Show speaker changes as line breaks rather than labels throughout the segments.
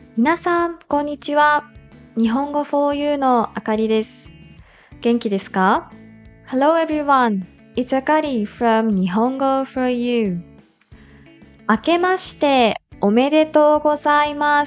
皆さん、こんにちは。日本語 for you のあかりです。元気ですか？ Hello everyone, it's Akari from 日本語 for you. 明けましておめでとうございます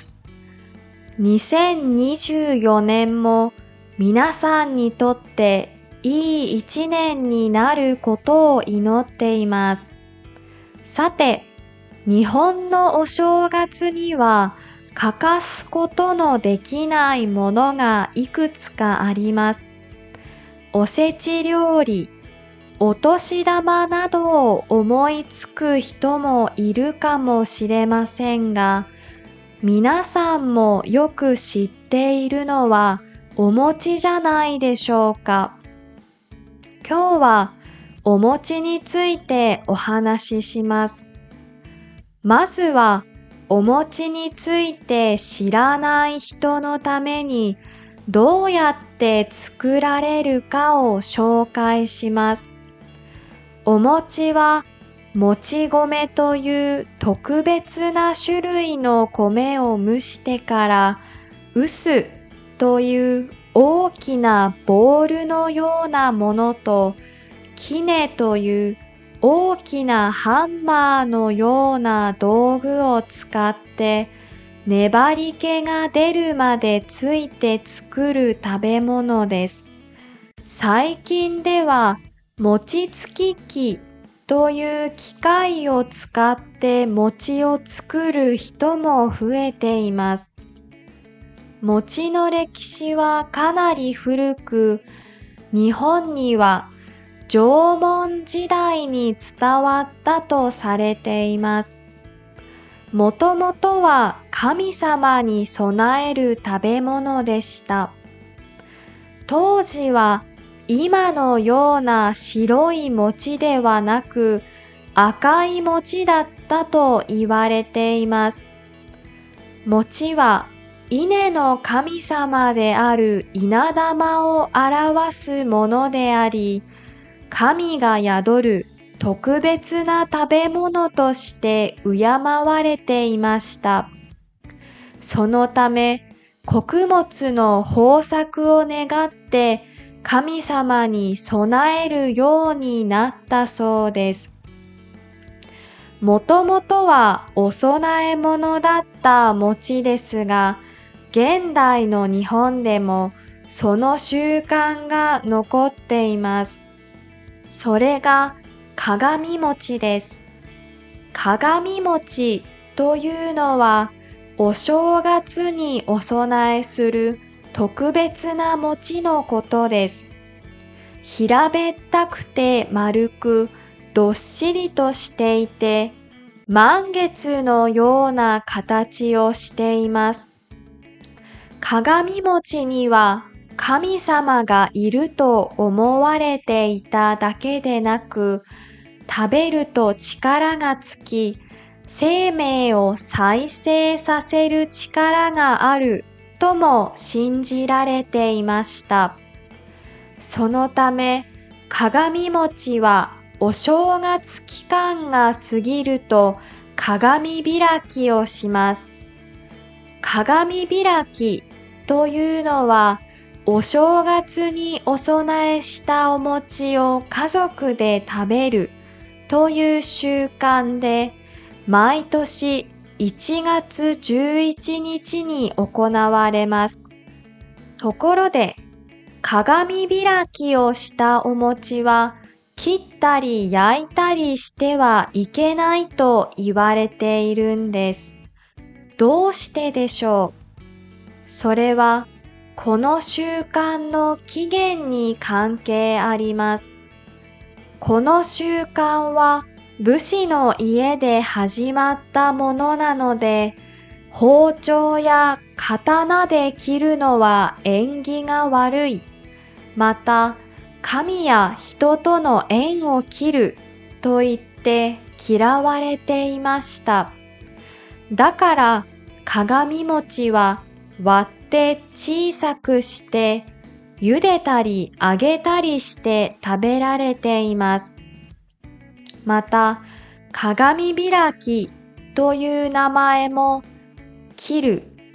。2024年も皆さんにとっていい一年になることを祈っています。さて、日本のお正月には欠かすことのできないものがいくつかあります。おせち料理、お年玉などを思いつく人もいるかもしれませんが、皆さんもよく知っているのはお餅じゃないでしょうか。今日はお餅についてお話しします。まずはお餅について知らない人のためにどうやって作られるかを紹介します。お餅はもち米という特別な種類の米を蒸してから臼という大きなボールのようなものと杵という大きなハンマーのような道具を使って粘り気が出るまでついて作る食べ物です。最近では餅つき機という機械を使って餅を作る人も増えています。餅の歴史はかなり古く、日本には縄文時代に伝わったとされています。もともとは神様に備える食べ物でした。当時は今のような白い餅ではなく赤い餅だったと言われています。餅は稲の神様である稲玉を表すものであり、神が宿る特別な食べ物として敬われていました。そのため、穀物の豊作を願って神様に備えるようになったそうです。もともとはお供え物だった餅ですが、現代の日本でもその習慣が残っています。それが鏡餅です。鏡餅というのはお正月にお供えする特別な餅のことです。平べったくて丸くどっしりとしていて満月のような形をしています。鏡餅には神様がいると思われていただけでなく、食べると力がつき、生命を再生させる力があるとも信じられていました。そのため、鏡餅はお正月期間が過ぎると鏡開きをします。鏡開きというのは、お正月にお供えしたお餅を家族で食べるという習慣で、毎年1月11日に行われます。ところで、鏡開きをしたお餅は、切ったり焼いたりしてはいけないと言われているんです。どうしてでしょう？それは、この習慣の起源に関係あります。この習慣は武士の家で始まったものなので、包丁や刀で切るのは縁起が悪い。また、神や人との縁を切ると言って嫌われていました。だから鏡餅は割って小さくして茹でたり揚げたりして食べられています。また、鏡開きという名前も切る、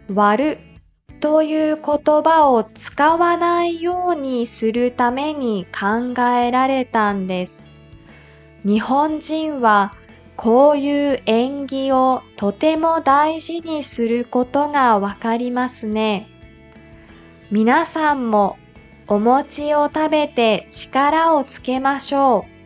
割るという言葉を使わないようにするために考えられたんです。日本人はこういう縁起をとても大事にすることがわかりますね。皆さんもお餅を食べて力をつけましょう。